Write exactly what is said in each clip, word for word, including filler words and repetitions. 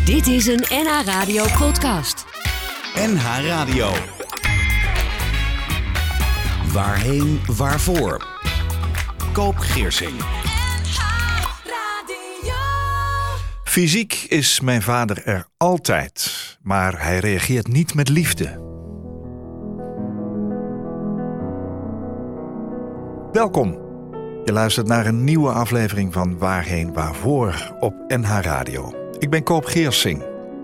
Dit is een N H Radio podcast. N H Radio. Waarheen, waarvoor? Koop Geersing. N H Radio. Fysiek is mijn vader er altijd, maar hij reageert niet met liefde. Welkom. Je luistert naar een nieuwe aflevering van Waarheen, waarvoor op N H Radio. Ik ben Koop Geersing.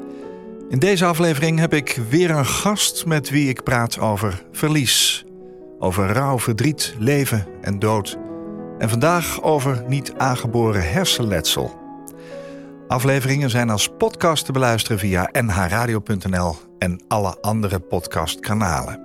In deze aflevering heb ik weer een gast met wie ik praat over verlies. Over rouw, verdriet, leven en dood. En vandaag over niet aangeboren hersenletsel. Afleveringen zijn als podcast te beluisteren via n h radio punt n l en alle andere podcastkanalen.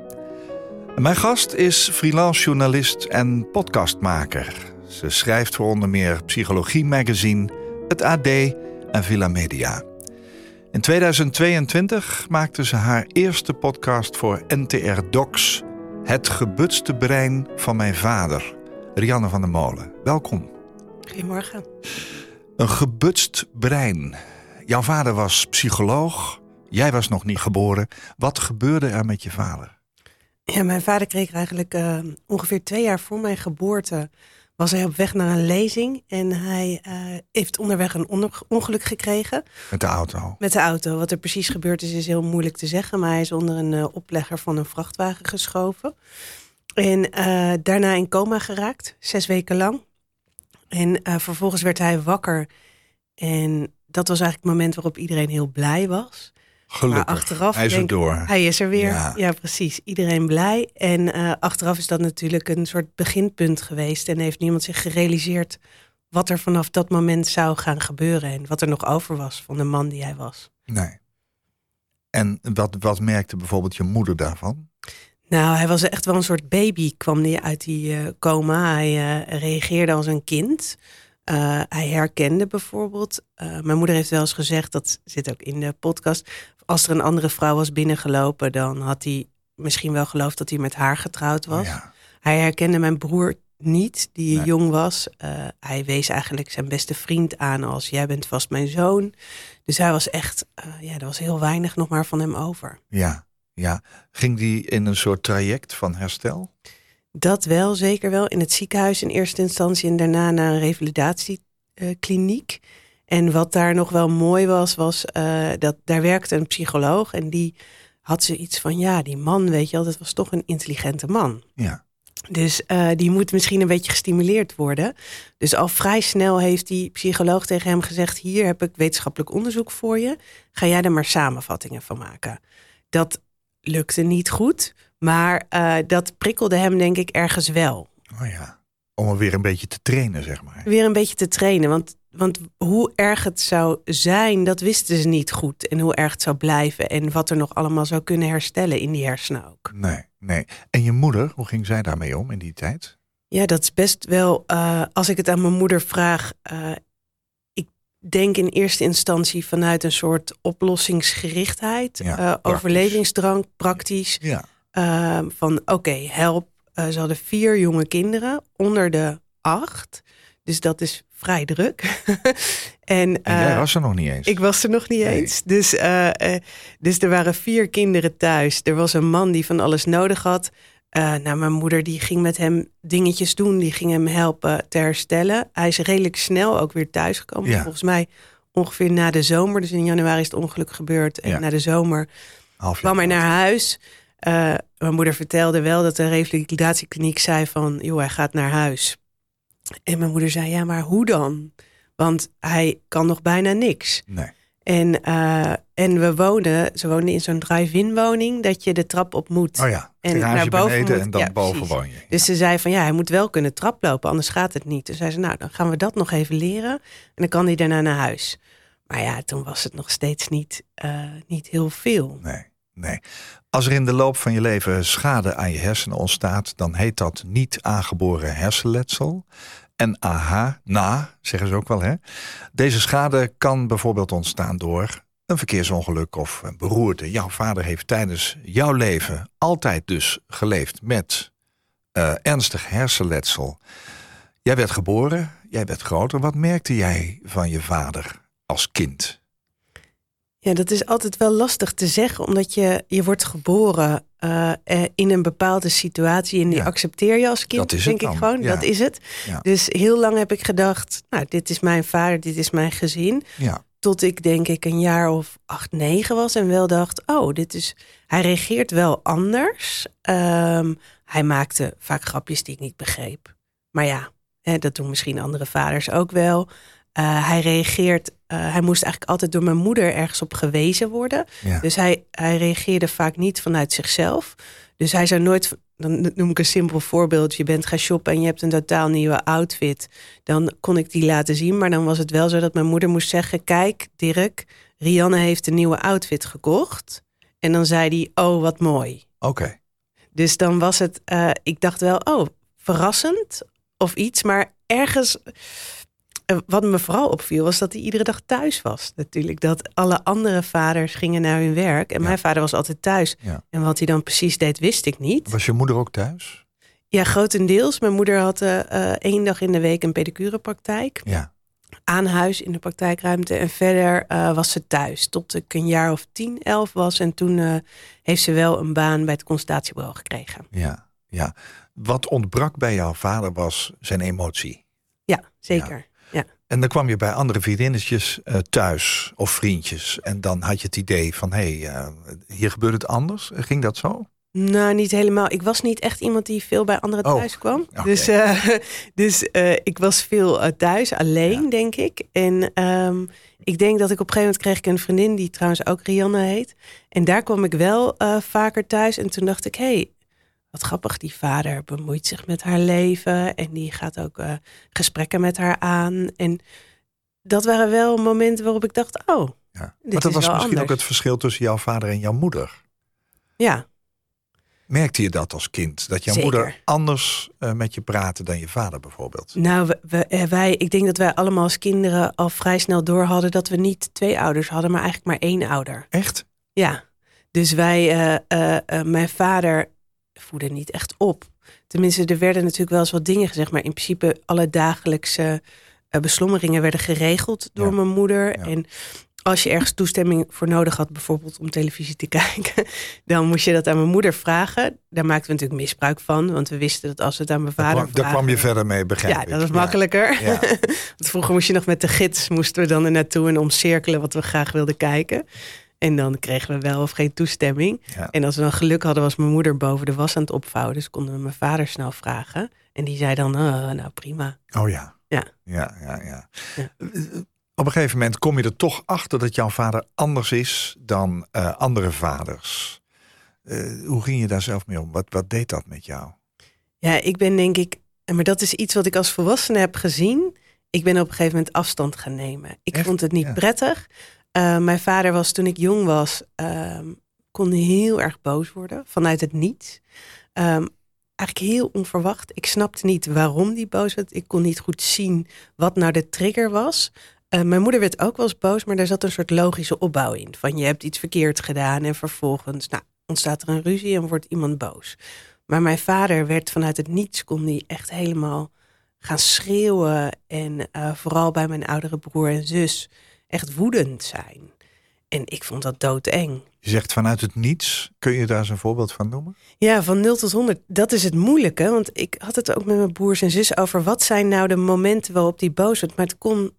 Mijn gast is freelance journalist en podcastmaker. Ze schrijft voor onder meer Psychologie Magazine, het A D en Villa Media. In tweeduizend tweeëntwintig maakte ze haar eerste podcast voor N T R Docs, Het gebutste brein van mijn vader. Rianne van der Molen, welkom. Goedemorgen. Een gebutst brein. Jouw vader was psycholoog, jij was nog niet geboren. Wat gebeurde er met je vader? Ja, mijn vader kreeg eigenlijk uh, ongeveer twee jaar voor mijn geboorte... was hij op weg naar een lezing en hij uh, heeft onderweg een on- ongeluk gekregen. Met de auto? Met de auto. Wat er precies gebeurd is, is heel moeilijk te zeggen. Maar hij is onder een uh, oplegger van een vrachtwagen geschoven. En uh, daarna in coma geraakt, zes weken lang. En uh, vervolgens werd hij wakker. En dat was eigenlijk het moment waarop iedereen heel blij was. Gelukkig, maar achteraf hij is denk, er door. Hij is er weer, ja, ja precies. Iedereen blij. En uh, achteraf is dat natuurlijk een soort beginpunt geweest. En heeft niemand zich gerealiseerd wat er vanaf dat moment zou gaan gebeuren. En wat er nog over was van de man die hij was. Nee. En wat, wat merkte bijvoorbeeld je moeder daarvan? Nou, hij was echt wel een soort baby, kwam hij uit die uh, coma. Hij uh, reageerde als een kind. Uh, hij herkende bijvoorbeeld. Uh, mijn moeder heeft wel eens gezegd, dat zit ook in de podcast... als er een andere vrouw was binnengelopen... dan had hij misschien wel geloofd dat hij met haar getrouwd was. Oh ja. Hij herkende mijn broer niet, die nee. jong was. Uh, hij wees eigenlijk zijn beste vriend aan als... jij bent vast mijn zoon. Dus hij was echt... Uh, ja, er was heel weinig nog maar van hem over. Ja, ja. Ging die in een soort traject van herstel? Dat wel, zeker wel. In het ziekenhuis in eerste instantie... en daarna naar een revalidatiekliniek. Uh, en wat daar nog wel mooi was, was uh, dat daar werkte een psycholoog... en die had zoiets van, ja, die man, weet je wel... dat was toch een intelligente man. Ja. Dus uh, die moet misschien een beetje gestimuleerd worden. Dus al vrij snel heeft die psycholoog tegen hem gezegd... hier heb ik wetenschappelijk onderzoek voor je. Ga jij er maar samenvattingen van maken. Dat lukte niet goed... Maar uh, dat prikkelde hem denk ik ergens wel. Oh ja, om hem weer een beetje te trainen, zeg maar. Weer een beetje te trainen, want, want hoe erg het zou zijn, dat wisten ze niet goed. En hoe erg het zou blijven en wat er nog allemaal zou kunnen herstellen in die hersenen ook. Nee, nee. En je moeder, hoe ging zij daarmee om in die tijd? Ja, dat is best wel, uh, als ik het aan mijn moeder vraag... Uh, ik denk in eerste instantie vanuit een soort oplossingsgerichtheid. Ja, uh, praktisch. Overlevingsdrang, praktisch... Ja. Uh, van oké, okay, help. Uh, ze hadden vier jonge kinderen, onder de acht. Dus dat is vrij druk. en, uh, en jij was er nog niet eens? Ik was er nog niet nee. eens. Dus, uh, uh, dus er waren vier kinderen thuis. Er was een man die van alles nodig had. Uh, nou, mijn moeder die ging met hem dingetjes doen. Die ging hem helpen te herstellen. Hij is redelijk snel ook weer thuisgekomen. Ja. Volgens mij ongeveer na de zomer. Dus in januari is het ongeluk gebeurd. En ja. na de zomer kwam hij naar huis... Uh, mijn moeder vertelde wel dat de revalidatiekliniek zei van... joh, hij gaat naar huis. En mijn moeder zei, ja, maar hoe dan? Want hij kan nog bijna niks. Nee. En, uh, en we woonden, ze woonden in zo'n drive-in woning... dat je de trap op moet. Oh ja, en naar boven beneden moet. en dan ja, boven precies. woon je. Ja. Dus ze zei van, ja, hij moet wel kunnen traplopen, anders gaat het niet. Dus zei ze, nou, dan gaan we dat nog even leren. En dan kan hij daarna naar huis. Maar ja, toen was het nog steeds niet, uh, niet heel veel. Nee. Nee. Als er in de loop van je leven schade aan je hersenen ontstaat... dan heet dat niet aangeboren hersenletsel. En aha, na, zeggen ze ook wel, hè. Deze schade kan bijvoorbeeld ontstaan door een verkeersongeluk of een beroerte. Jouw vader heeft tijdens jouw leven altijd dus geleefd met uh, ernstig hersenletsel. Jij werd geboren, jij werd groter. Wat merkte jij van je vader als kind? Ja, dat is altijd wel lastig te zeggen, omdat je, je wordt geboren uh, in een bepaalde situatie en die Ja. accepteer je als kind, Dat is denk het ik dan. gewoon. Ja. Dat is het. Ja. Dus heel lang heb ik gedacht, nou, dit is mijn vader, dit is mijn gezin. Ja. Tot ik denk ik een jaar of acht, negen was en wel dacht, oh, dit is. Hij reageert wel anders. Um, hij maakte vaak grapjes die ik niet begreep. Maar ja, hè, dat doen misschien andere vaders ook wel. Uh, hij reageert, uh, hij moest eigenlijk altijd door mijn moeder ergens op gewezen worden. Ja. Dus hij, hij reageerde vaak niet vanuit zichzelf. Dus hij zou nooit, dan noem ik een simpel voorbeeld. Je bent gaan shoppen en je hebt een totaal nieuwe outfit. Dan kon ik die laten zien. Maar dan was het wel zo dat mijn moeder moest zeggen, kijk Dirk, Rianne heeft een nieuwe outfit gekocht. En dan zei hij, oh wat mooi. Oké. Okay. Dus dan was het, uh, ik dacht wel, oh verrassend of iets. Maar ergens, uh, wat me vooral opviel was dat hij iedere dag thuis was. Natuurlijk, dat alle andere vaders gingen naar hun werk. En ja. mijn vader was altijd thuis. Ja. En wat hij dan precies deed, wist ik niet. Was je moeder ook thuis? Ja, grotendeels. Mijn moeder had uh, uh, één dag in de week een pedicurepraktijk. Ja. Aan huis in de praktijkruimte. En verder uh, was ze thuis. Tot ik een jaar of tien, elf was. En toen uh, heeft ze wel een baan bij het consultatiebureau gekregen. Ja, ja. Wat ontbrak bij jouw vader was zijn emotie. Ja, zeker. Ja. Ja. En dan kwam je bij andere vriendinnetjes uh, thuis of vriendjes. En dan had je het idee van, hé, hey, uh, hier gebeurt het anders. Ging dat zo? Nou, niet helemaal. Ik was niet echt iemand die veel bij anderen oh, thuis kwam. Okay. Dus, uh, dus uh, ik was veel uh, thuis, alleen, ja. denk ik. En um, ik denk dat ik op een gegeven moment kreeg ik een vriendin... die trouwens ook Rianne heet. En daar kwam ik wel uh, vaker thuis. En toen dacht ik, hé, hey, wat grappig. Die vader bemoeit zich met haar leven. En die gaat ook uh, gesprekken met haar aan. En dat waren wel momenten waarop ik dacht, oh, ja. dit Maar dat is was wel misschien anders. ook het verschil tussen jouw vader en jouw moeder. Ja. Merkte je dat als kind? Dat jouw Zeker. moeder anders uh, met je praatte dan je vader bijvoorbeeld? Nou, we, we, wij, ik denk dat wij allemaal als kinderen al vrij snel door hadden... dat we niet twee ouders hadden, maar eigenlijk maar één ouder. Echt? Ja. Dus wij, uh, uh, uh, mijn vader voedde niet echt op. Tenminste, er werden natuurlijk wel eens wat dingen gezegd... maar in principe alle dagelijkse uh, beslommeringen werden geregeld door ja. mijn moeder. Ja. En als je ergens toestemming voor nodig had, bijvoorbeeld om televisie te kijken, dan moest je dat aan mijn moeder vragen. Daar maakten we natuurlijk misbruik van, want we wisten dat als we het aan mijn vader daar vragen... Daar kwam je verder mee, begrijp ja, ik. dat was makkelijker. Ja. Want vroeger moest je nog met de gids, moesten we dan er naartoe en omcirkelen wat we graag wilden kijken. En dan kregen we wel of geen toestemming. Ja. En als we dan geluk hadden, was mijn moeder boven de was aan het opvouwen. Dus konden we mijn vader snel vragen. En die zei dan, oh, nou prima. Oh ja. Ja. Ja, ja, ja. ja. Op een gegeven moment kom je er toch achter dat jouw vader anders is dan uh, andere vaders. Uh, hoe ging je daar zelf mee om? Wat, wat deed dat met jou? Ja, ik ben denk ik, maar dat is iets wat ik als volwassene heb gezien. Ik ben op een gegeven moment afstand gaan nemen. Ik Echt? vond het niet ja. prettig. Uh, mijn vader was, toen ik jong was, uh, kon heel erg boos worden vanuit het niets. Um, eigenlijk heel onverwacht. Ik snapte niet waarom die boos werd. Ik kon niet goed zien wat nou de trigger was. Uh, mijn moeder werd ook wel eens boos, maar daar zat een soort logische opbouw in. Van je hebt iets verkeerd gedaan en vervolgens nou, ontstaat er een ruzie en wordt iemand boos. Maar mijn vader werd vanuit het niets, kon hij echt helemaal gaan schreeuwen. En uh, vooral bij mijn oudere broer en zus echt woedend zijn. En ik vond dat doodeng. Je zegt vanuit het niets. Kun je daar eens een voorbeeld van noemen? Ja, van nul tot honderd. Dat is het moeilijke. Want ik had het ook met mijn broers en zus over... wat zijn nou de momenten waarop die boos werd. Maar het kon...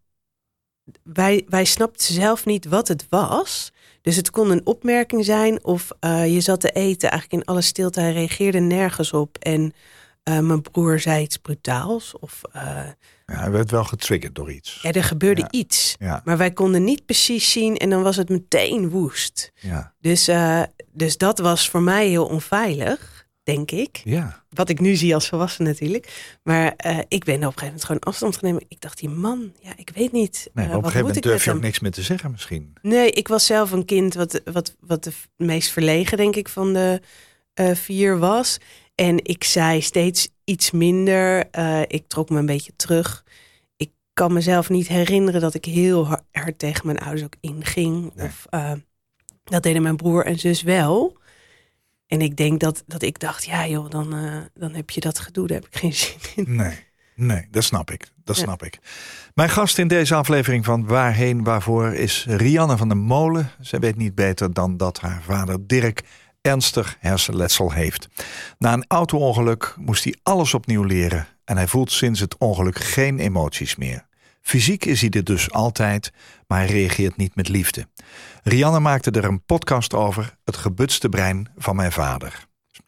Wij, wij snapten zelf niet wat het was. Dus het kon een opmerking zijn... of uh, je zat te eten eigenlijk in alle stilte. Hij reageerde nergens op. En uh, mijn broer zei iets brutaals. Of... Uh, Ja, hij werd wel getriggerd door iets. Ja, er gebeurde ja. iets. Ja. Maar wij konden niet precies zien en dan was het meteen woest. Ja. Dus, uh, dus dat was voor mij heel onveilig, denk ik. Ja. Wat ik nu zie als volwassen natuurlijk. Maar uh, ik ben op een gegeven moment gewoon afstand genomen. Ik dacht, die man, ja, ik weet niet. Nee, uh, op een gegeven moment durf je ook hem? niks meer te zeggen misschien. Nee, ik was zelf een kind wat, wat, wat de meest verlegen, denk ik, van de uh, vier was. En ik zei steeds iets minder. Uh, ik trok me een beetje terug. Ik kan mezelf niet herinneren dat ik heel hard, hard tegen mijn ouders ook inging. Nee. Of uh, dat deden mijn broer en zus wel. En ik denk dat, dat ik dacht, ja joh, dan, uh, dan heb je dat gedoe, daar heb ik geen zin in. Nee. Nee, dat snap ik. Dat Ja. snap ik. Mijn gast in deze aflevering van Waarheen Waarvoor is Rianne van der Molen. Zij weet niet beter dan dat haar vader Dirk ernstig hersenletsel heeft. Na een auto-ongeluk moest hij alles opnieuw leren en hij voelt sinds het ongeluk geen emoties meer. Fysiek is hij er dus altijd, maar hij reageert niet met liefde. Rianne maakte er een podcast over, Het gebutste brein van mijn vader.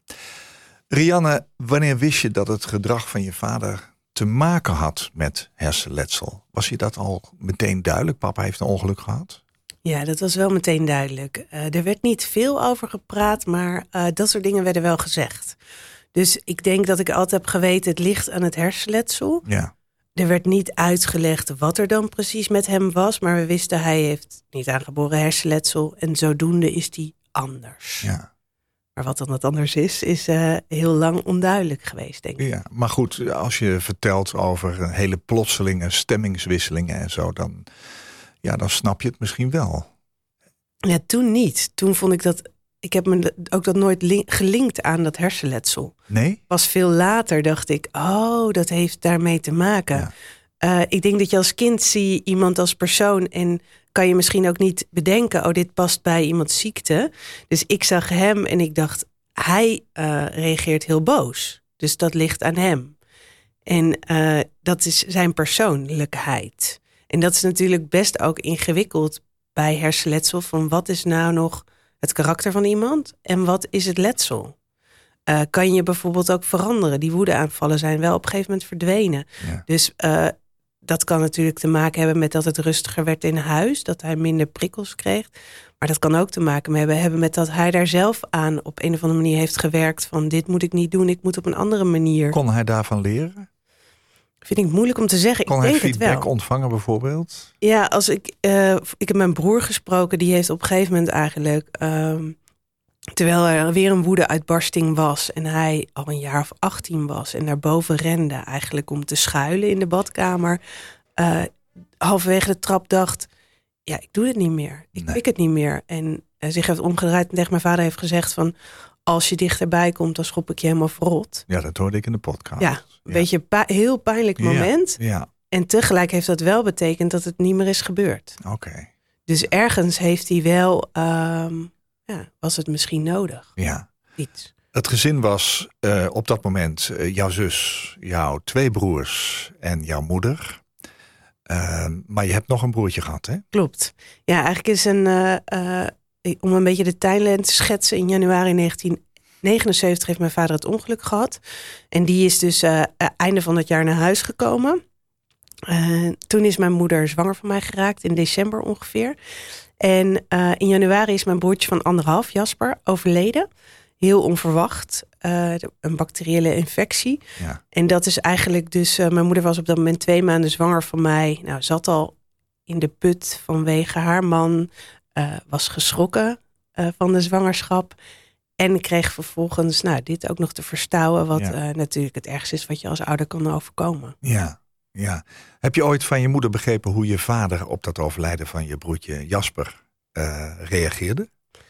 Rianne, wanneer wist je dat het gedrag van je vader te maken had met hersenletsel? Was je dat al meteen duidelijk? Papa heeft een ongeluk gehad? Ja, dat was wel meteen duidelijk. Uh, er werd niet veel over gepraat, maar uh, dat soort dingen werden wel gezegd. Dus ik denk dat ik altijd heb geweten, het ligt aan het hersenletsel. Ja. Er werd niet uitgelegd wat er dan precies met hem was, maar we wisten hij heeft niet aangeboren hersenletsel en zodoende is hij anders. Ja. Maar wat dan dat anders is, is uh, heel lang onduidelijk geweest, denk ik. Ja, maar goed, als je vertelt over hele plotselinge stemmingswisselingen en zo, dan, ja, dan snap je het misschien wel. Ja, toen niet. Toen vond ik dat, ik heb me ook dat nooit link, gelinkt aan dat hersenletsel. Nee? Pas veel later dacht ik, oh, dat heeft daarmee te maken. Ja. Uh, ik denk dat je als kind zie iemand als persoon en kan je misschien ook niet bedenken, oh, dit past bij iemands ziekte. Dus ik zag hem en ik dacht, hij uh, reageert heel boos. Dus dat ligt aan hem. En uh, dat is zijn persoonlijkheid. En dat is natuurlijk best ook ingewikkeld bij hersenletsel. Van wat is nou nog het karakter van iemand en wat is het letsel? Uh, kan je bijvoorbeeld ook veranderen? Die woedeaanvallen zijn wel op een gegeven moment verdwenen. Ja. Dus uh, dat kan natuurlijk te maken hebben met dat het rustiger werd in huis. Dat hij minder prikkels kreeg. Maar dat kan ook te maken hebben, hebben met dat hij daar zelf aan op een of andere manier heeft gewerkt. Van dit moet ik niet doen, ik moet op een andere manier. Kon hij daarvan leren? Vind ik moeilijk om te zeggen. Kon ik hij denk feedback het wel. ontvangen bijvoorbeeld? Ja, als ik, uh, ik heb mijn broer gesproken. Die heeft op een gegeven moment eigenlijk, Uh, terwijl er weer een woedeuitbarsting was en hij al een jaar of achttien was en daarboven rende eigenlijk om te schuilen in de badkamer. Uh, halverwege de trap dacht, ja, ik doe het niet meer. Ik Nee. pik het niet meer. En uh, zich heeft omgedraaid en tegen mijn vader heeft gezegd van, als je dichterbij komt, dan schop ik je helemaal verrot. Ja, dat hoorde ik in de podcast. Ja, een beetje pa- heel pijnlijk moment. Ja, ja. En tegelijk heeft dat wel betekend dat het niet meer is gebeurd. Oké. Okay. Dus ergens heeft hij wel, um, ja, was het misschien nodig. Ja. Iets. Het gezin was uh, op dat moment uh, jouw zus, jouw twee broers en jouw moeder. Uh, maar je hebt nog een broertje gehad, hè? Klopt. Ja, eigenlijk is een, uh, uh, om een beetje de tijdlijn te schetsen. In januari negentien negenenzeventig heeft mijn vader het ongeluk gehad. En die is dus uh, einde van het jaar naar huis gekomen. Uh, toen is mijn moeder zwanger van mij geraakt, in december ongeveer. En uh, in januari is mijn broertje van anderhalf, Jasper, overleden. Heel onverwacht. Uh, een bacteriële infectie. Ja. En dat is eigenlijk dus, uh, mijn moeder was op dat moment twee maanden zwanger van mij. Nou, zat al in de put vanwege haar man. Uh, was geschrokken uh, van de zwangerschap. En kreeg vervolgens nou, dit ook nog te verstouwen. Wat ja. uh, natuurlijk het ergste is wat je als ouder kan overkomen. Ja, ja. Heb je ooit van je moeder begrepen hoe je vader op dat overlijden van je broertje Jasper uh, reageerde?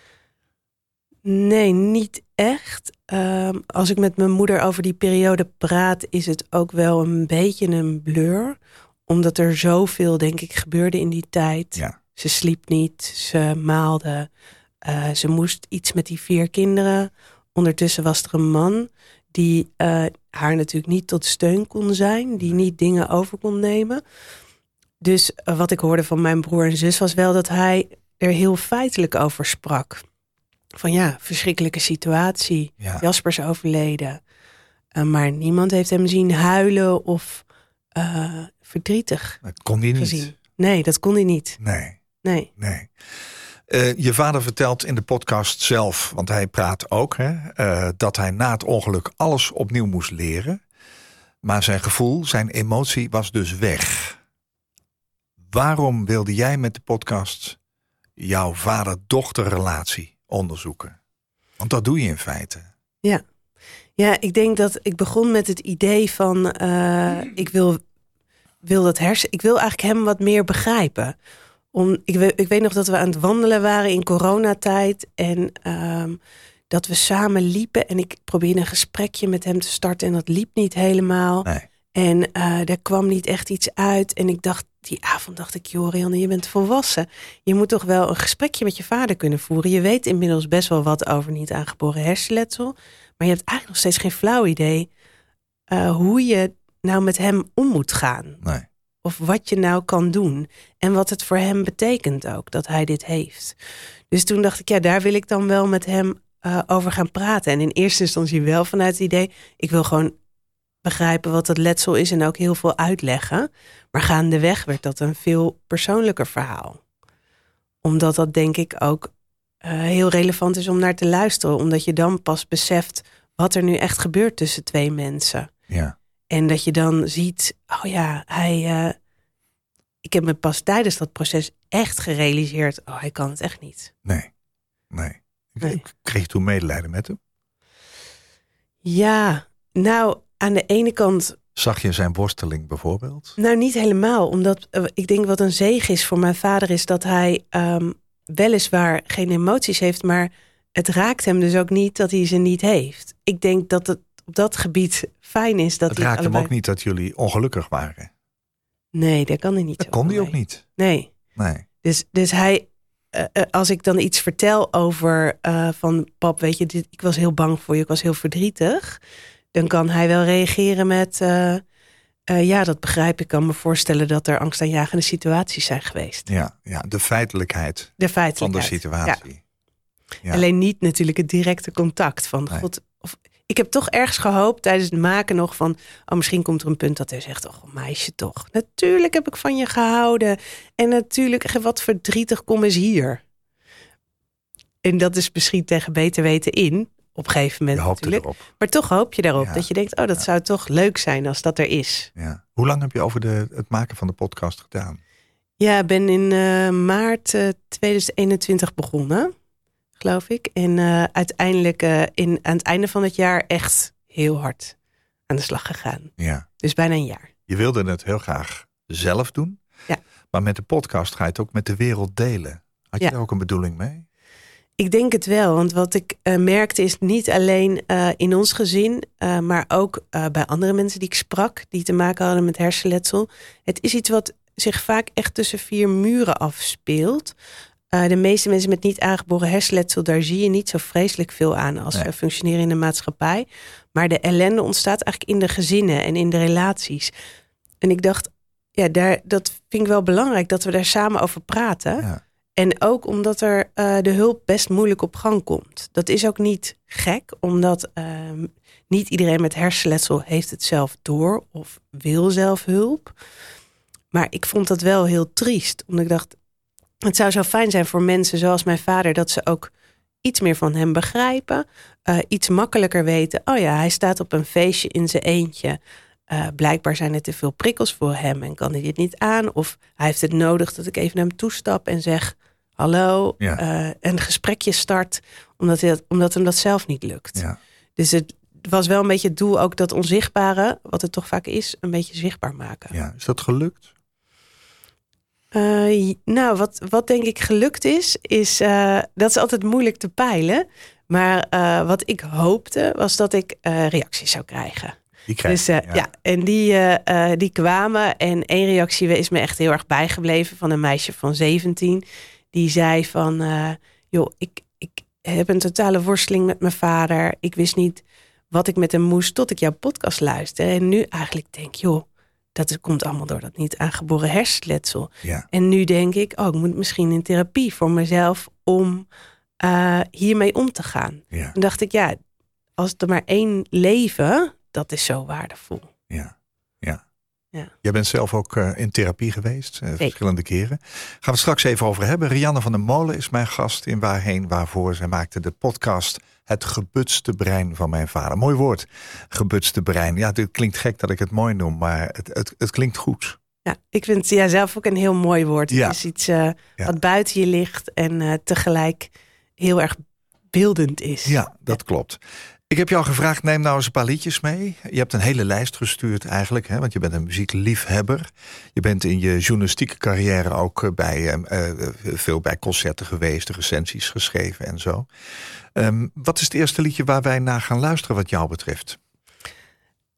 Nee, niet echt. Um, als ik met mijn moeder over die periode praat, is het ook wel een beetje een blur. Omdat er zoveel, denk ik, gebeurde in die tijd. Ja. Ze sliep niet, ze maalde. Uh, ze moest iets met die vier kinderen. Ondertussen was er een man die uh, haar natuurlijk niet tot steun kon zijn. Die niet dingen over kon nemen. Dus uh, wat ik hoorde van mijn broer en zus was wel dat hij er heel feitelijk over sprak. Van ja, verschrikkelijke situatie. Ja. Jasper is overleden. Uh, maar niemand heeft hem zien huilen of uh, verdrietig Dat kon hij niet. gezien. Nee, dat kon hij niet. Nee, Nee. nee. Uh, je vader vertelt in de podcast zelf, want hij praat ook, hè, uh, dat hij na het ongeluk alles opnieuw moest leren. Maar zijn gevoel, zijn emotie was dus weg. Waarom wilde jij met de podcast jouw vader-dochterrelatie onderzoeken? Want dat doe je in feite. Ja. Ja, ik denk dat ik begon met het idee van uh, ik wil, wil dat hersen. Ik wil eigenlijk hem wat meer begrijpen. Om, ik, we, ik weet nog dat we aan het wandelen waren in coronatijd. En um, dat we samen liepen. En ik probeerde een gesprekje met hem te starten. En dat liep niet helemaal. Nee. En uh, er kwam niet echt iets uit. En ik dacht, die avond dacht ik, joh, Rianne, je bent volwassen. Je moet toch wel een gesprekje met je vader kunnen voeren. Je weet inmiddels best wel wat over niet aangeboren hersenletsel. Maar je hebt eigenlijk nog steeds geen flauw idee uh, hoe je nou met hem om moet gaan. Nee. Of wat je nou kan doen. En wat het voor hem betekent ook, dat hij dit heeft. Dus toen dacht ik, ja, daar wil ik dan wel met hem uh, over gaan praten. En in eerste instantie wel vanuit het idee, ik wil gewoon begrijpen wat het letsel is en ook heel veel uitleggen. Maar gaandeweg werd dat een veel persoonlijker verhaal. Omdat dat denk ik ook uh, heel relevant is om naar te luisteren. Omdat je dan pas beseft wat er nu echt gebeurt tussen twee mensen. Ja. En dat je dan ziet, oh ja, hij... Uh, ik heb me pas tijdens dat proces echt gerealiseerd, oh, hij kan het echt niet. Nee, nee. nee. Ik kreeg je toen medelijden met hem? Ja, nou, aan de ene kant... Zag je zijn worsteling bijvoorbeeld? Nou, niet helemaal. Omdat uh, ik denk wat een zegen is voor mijn vader is dat hij um, weliswaar geen emoties heeft, maar het raakt hem dus ook niet dat hij ze niet heeft. Ik denk dat het op dat gebied fijn is dat het hij raakt allebei... hem ook niet dat jullie ongelukkig waren. Nee, dat kan hij niet. Dat zo kon hij mee. ook niet. Nee. Nee. Dus, dus hij, uh, uh, als ik dan iets vertel over uh, van pap, weet je, dit, ik was heel bang voor je, ik was heel verdrietig. Dan kan hij wel reageren met, uh, uh, ja, dat begrijp ik. Ik kan me voorstellen dat er angstaanjagende situaties zijn geweest. Ja, ja, de feitelijkheid, de feitelijkheid van de situatie. Ja. Ja. Alleen niet natuurlijk het directe contact van Nee. God. Of, ik heb toch ergens gehoopt tijdens het maken nog van, oh, misschien komt er een punt dat hij zegt, oh meisje toch, natuurlijk heb ik van je gehouden. En natuurlijk, wat verdrietig, kom eens hier. En dat is misschien tegen beter weten in, op een gegeven moment Je hoopt natuurlijk. erop. Maar toch hoop je daarop, Ja. dat je denkt, oh, dat Ja. zou toch leuk zijn als dat er is. Ja. Hoe lang heb je over de, het maken van de podcast gedaan? Ja, ik ben in uh, maart uh, tweeduizend eenentwintig begonnen, geloof ik. En uh, uiteindelijk uh, in, aan het einde van het jaar echt heel hard aan de slag gegaan. Ja. Dus bijna een jaar. Je wilde het heel graag zelf doen. Ja. Maar met de podcast ga je het ook met de wereld delen. Had je Ja. daar ook een bedoeling mee? Ik denk het wel, want wat ik uh, merkte is niet alleen uh, in ons gezin, uh, maar ook uh, bij andere mensen die ik sprak, die te maken hadden met hersenletsel. Het is iets wat zich vaak echt tussen vier muren afspeelt. Uh, de meeste mensen met niet aangeboren hersenletsel, daar zie je niet zo vreselijk veel aan als Nee. we functioneren in de maatschappij. Maar de ellende ontstaat eigenlijk in de gezinnen en in de relaties. En ik dacht, ja, daar, dat vind ik wel belangrijk dat we daar samen over praten. Ja. En ook omdat er uh, de hulp best moeilijk op gang komt. Dat is ook niet gek, omdat uh, niet iedereen met hersenletsel heeft het zelf door of wil zelf hulp. Maar ik vond dat wel heel triest, omdat ik dacht, het zou zo fijn zijn voor mensen zoals mijn vader, dat ze ook iets meer van hem begrijpen, uh, iets makkelijker weten. Oh ja, hij staat op een feestje in zijn eentje. Uh, blijkbaar zijn er te veel prikkels voor hem en kan hij dit niet aan. Of hij heeft het nodig dat ik even naar hem toestap en zeg hallo. Ja. Uh, een gesprekje start, omdat, hij dat, omdat hem dat zelf niet lukt. Ja. Dus het was wel een beetje het doel ook dat onzichtbare, wat het toch vaak is, een beetje zichtbaar maken. Ja. Is dat gelukt? Uh, nou, wat, wat denk ik gelukt is, is uh, dat is altijd moeilijk te peilen. Maar uh, wat ik hoopte, was dat ik uh, reacties zou krijgen. Die krijg Dus je, uh, ja. ja, en die, uh, uh, die kwamen. En één reactie is me echt heel erg bijgebleven van een meisje van zeventien. Die zei van, uh, joh, ik, ik heb een totale worsteling met mijn vader. Ik wist niet wat ik met hem moest tot ik jouw podcast luisterde. En nu eigenlijk denk, joh, dat komt allemaal door dat niet aangeboren hersenletsel. Ja. En nu denk ik, oh, ik moet misschien in therapie voor mezelf om uh, hiermee om te gaan. Ja. En dacht ik, ja, als er maar één leven, dat is zo waardevol. Ja. Ja. Ja. Jij bent zelf ook uh, in therapie geweest, uh, verschillende keren. Gaan we het straks even over hebben. Rianne van der Molen is mijn gast in Waarheen Waarvoor. Zij maakte de podcast Het gebutste brein van mijn vader. Mooi woord, gebutste brein. Ja, het klinkt gek dat ik het mooi noem, maar het, het, het klinkt goed. Ja, ik vind het ja, zelf ook een heel mooi woord. Ja. Het is iets uh, Ja. wat buiten je ligt en uh, tegelijk heel erg beeldend is. Ja, dat klopt. Ik heb jou gevraagd, neem nou eens een paar liedjes mee. Je hebt een hele lijst gestuurd eigenlijk, hè, want je bent een muziekliefhebber. Je bent in je journalistieke carrière ook bij, uh, uh, veel bij concerten geweest, recensies geschreven en zo. Um, wat is het eerste liedje waar wij naar gaan luisteren wat jou betreft?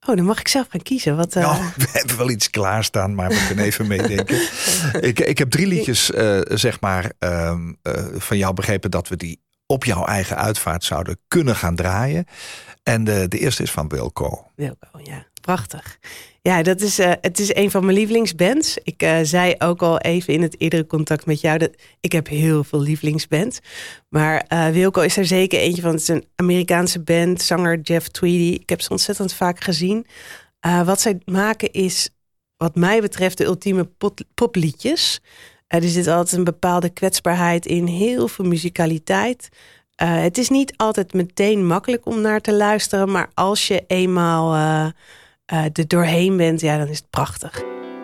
Oh, dan mag ik zelf gaan kiezen. Wat, uh... Nou, we hebben wel iets klaarstaan, maar we kunnen even meedenken. ik, ik heb drie liedjes, uh, zeg maar, uh, uh, van jou begrepen dat we die op jouw eigen uitvaart zouden kunnen gaan draaien. En de, de eerste is van Wilco. Wilco, ja. Prachtig. Ja, dat is, uh, het is een van mijn lievelingsbands. Ik uh, zei ook al even in het eerdere contact met jou dat ik heb heel veel lievelingsbands. Maar uh, Wilco is er zeker eentje van. Het is een Amerikaanse band, zanger Jeff Tweedy. Ik heb ze ontzettend vaak gezien. Uh, wat zij maken is, wat mij betreft, de ultieme pop- popliedjes. Uh, er zit altijd een bepaalde kwetsbaarheid in, heel veel muzikaliteit. Uh, het is niet altijd meteen makkelijk om naar te luisteren, maar als je eenmaal uh, uh, er doorheen bent, ja, dan is het prachtig.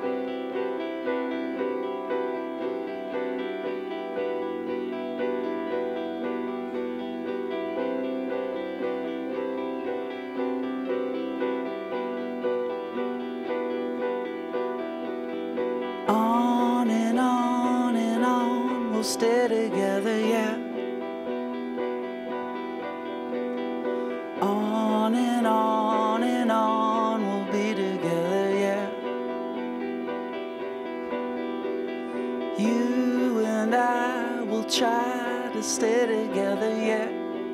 On and on and on, we'll stay together, yeah. On and on and on, we'll be together, yeah. You and I will try to stay together, yeah.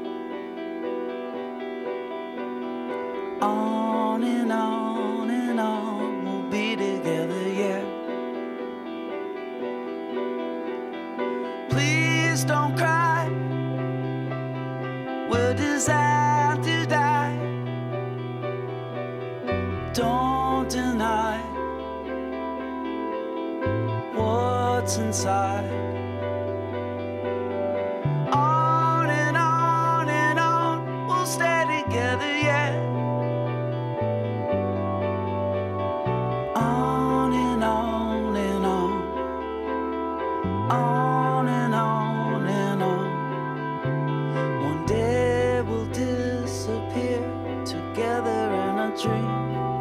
On and on and on, we'll be together, yeah. Please don't cry, we're designed to die. Don't deny what's inside. On and on and on, we'll stay together, yeah. On and on and on, on and on and on. One day we'll disappear together in a dream.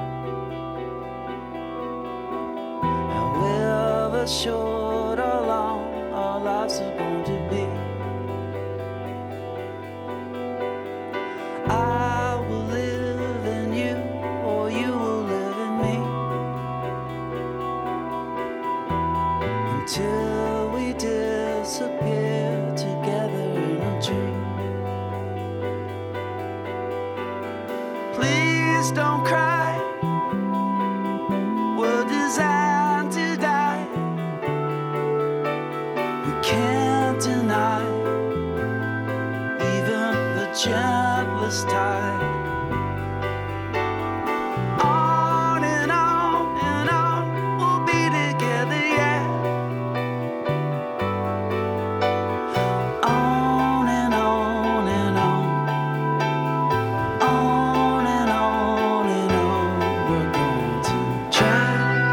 However short or long our lives are going to be, I will live in you, or you will live in me, until we disappear together in a dream. Please don't cry, we're designed to die. We can't deny even the gentlest tide. On and on and on, we'll be together, yeah. On and on and on, on and on and on, we're going to try.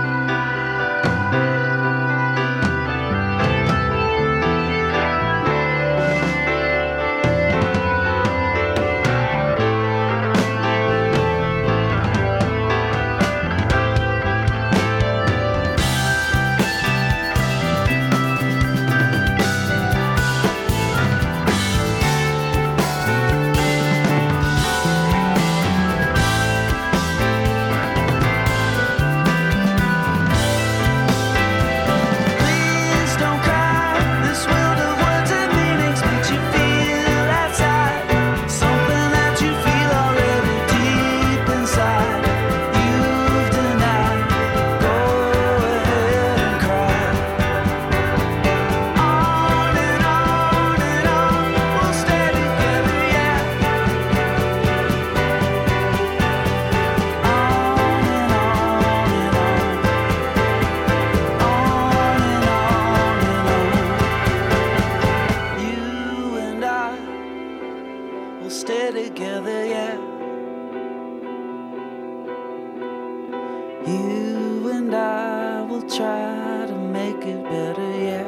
Please don't cry, this world of words and meanings makes you feel outside, something that you feel already deep inside. You've denied, go ahead and cry. On and on and on, we'll stay together, yeah. On and on and on, on and on and on. You and I will stay together, yeah. You and I will try to make it better, yeah.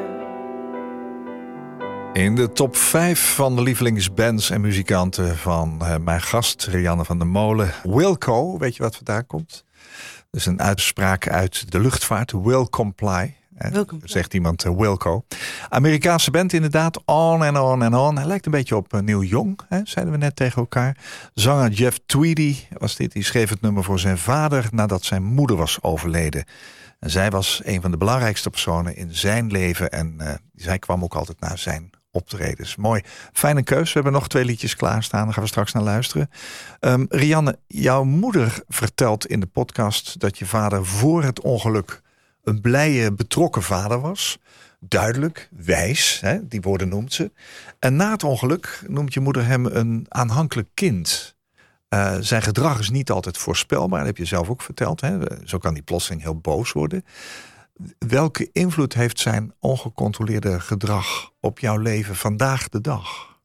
In de top vijf van de lievelingsbands en muzikanten van uh, mijn gast, Rianne van der Molen. Wilco, weet je wat vandaan komt? Dat is een uitspraak uit de luchtvaart, will comply. Hè, Wilco. zegt iemand uh, Wilco. Amerikaanse band inderdaad. On and on and on. Hij lijkt een beetje op uh, Neil Young, hè, zeiden we net tegen elkaar. Zanger Jeff Tweedy was dit. Die schreef het nummer voor zijn vader nadat zijn moeder was overleden. En zij was een van de belangrijkste personen in zijn leven. En uh, zij kwam ook altijd naar zijn optredens. Mooi. Fijne keus. We hebben nog twee liedjes klaarstaan. Daar gaan we straks naar luisteren. Um, Rianne, jouw moeder vertelt in de podcast dat je vader voor het ongeluk een blije, betrokken vader was. Duidelijk, wijs, hè, die woorden noemt ze. En na het ongeluk noemt je moeder hem een aanhankelijk kind. Uh, zijn gedrag is niet altijd voorspelbaar. Dat heb je zelf ook verteld. Hè. Zo kan hij plotseling heel boos worden. Welke invloed heeft zijn ongecontroleerde gedrag op jouw leven vandaag de dag?